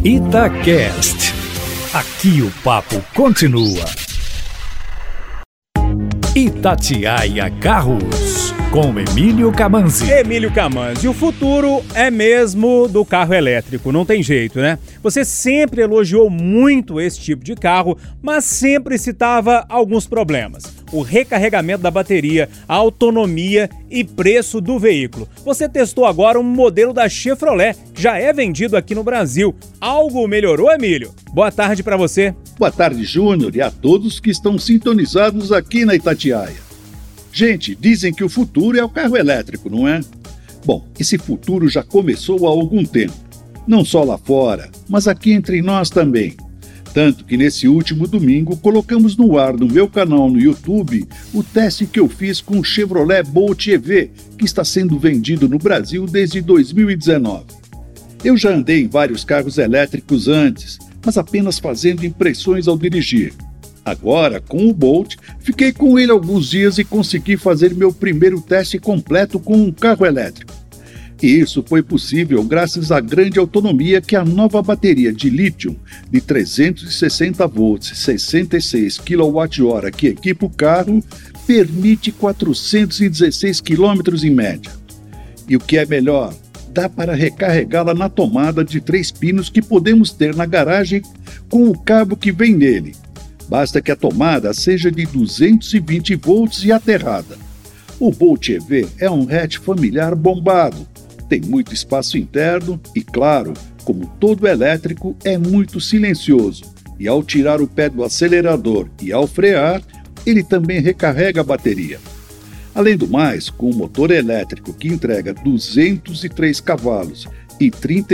Itacast. Aqui o papo continua. Itatiaia Carros, com Emílio Camanzi. Emílio Camanzi, o futuro é mesmo do carro elétrico, não tem jeito, né? Você sempre elogiou muito esse tipo de carro, mas sempre citava alguns problemas. O recarregamento da bateria, a autonomia e preço do veículo. Você testou agora um modelo da Chevrolet, que já é vendido aqui no Brasil. Algo melhorou, Emílio? Boa tarde para você. Boa tarde, Júnior, e a todos que estão sintonizados aqui na Itatiaia. Gente, dizem que o futuro é o carro elétrico, não é? Bom, esse futuro já começou há algum tempo. Não só lá fora, mas aqui entre nós também. Tanto que nesse último domingo colocamos no ar no meu canal no YouTube o teste que eu fiz com o Chevrolet Bolt EV, que está sendo vendido no Brasil desde 2019. Eu já andei em vários carros elétricos antes, mas apenas fazendo impressões ao dirigir. Agora, com o Bolt, fiquei com ele alguns dias e consegui fazer meu primeiro teste completo com um carro elétrico. E isso foi possível graças à grande autonomia que a nova bateria de lítio de 360 volts e 66 kWh que equipa o carro permite 416 km em média. E o que é melhor, dá para recarregá-la na tomada de 3 pinos que podemos ter na garagem com o cabo que vem nele. Basta que a tomada seja de 220 volts e aterrada. O Bolt EV é um hatch familiar bombado. Tem muito espaço interno e, claro, como todo elétrico, é muito silencioso. E ao tirar o pé do acelerador e ao frear, ele também recarrega a bateria. Além do mais, com o motor elétrico que entrega 203 cavalos e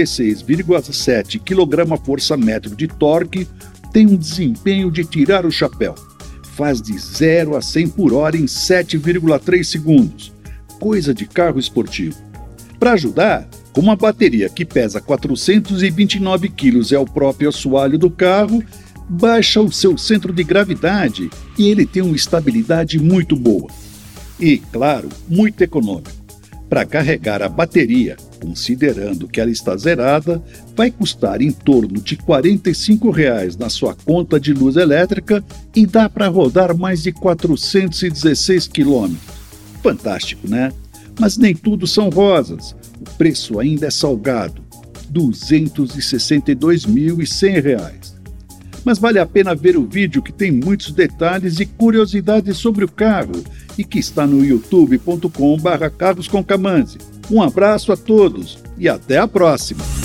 36,7 kgfm de torque, tem um desempenho de tirar o chapéu. Faz de 0 a 100 por hora em 7,3 segundos. Coisa de carro esportivo. Para ajudar, com uma bateria que pesa 429 kg é o próprio assoalho do carro, baixa o seu centro de gravidade e ele tem uma estabilidade muito boa. E, claro, muito econômico. Para carregar a bateria, considerando que ela está zerada, vai custar em torno de R$ 45 na sua conta de luz elétrica e dá para rodar mais de 416 km. Fantástico, né? Mas nem tudo são rosas. O preço ainda é salgado, R$ 262.100. Mas vale a pena ver o vídeo que tem muitos detalhes e curiosidades sobre o carro e que está no youtube.com/carroscomcamanzi. Um abraço a todos e até a próxima!